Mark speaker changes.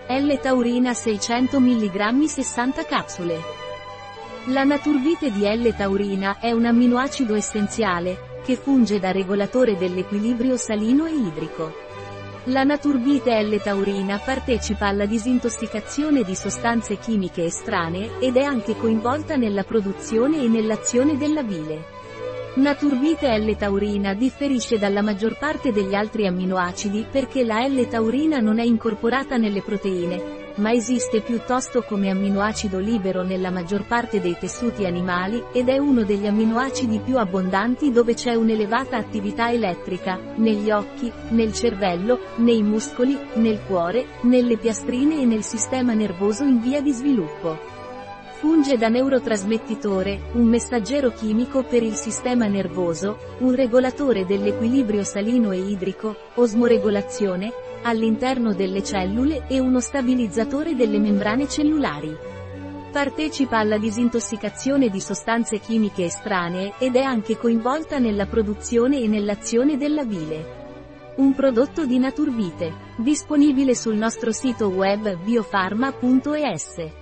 Speaker 1: L-taurina 600 mg 60 capsule. La naturbite di L-taurina è un amminoacido essenziale, che funge da regolatore dell'equilibrio salino e idrico. La naturbite L-taurina partecipa alla disintossicazione di sostanze chimiche estranee, ed è anche coinvolta nella produzione e nell'azione della bile. Naturbite L-taurina differisce dalla maggior parte degli altri amminoacidi perché la L-taurina non è incorporata nelle proteine, ma esiste piuttosto come amminoacido libero nella maggior parte dei tessuti animali, ed è uno degli amminoacidi più abbondanti dove c'è un'elevata attività elettrica, negli occhi, nel cervello, nei muscoli, nel cuore, nelle piastrine e nel sistema nervoso in via di sviluppo. Funge da neurotrasmettitore, un messaggero chimico per il sistema nervoso, un regolatore dell'equilibrio salino e idrico, osmoregolazione, all'interno delle cellule e uno stabilizzatore delle membrane cellulari. Partecipa alla disintossicazione di sostanze chimiche estranee ed è anche coinvolta nella produzione e nell'azione della bile. Un prodotto di Naturbite, disponibile sul nostro sito web biofarma.es.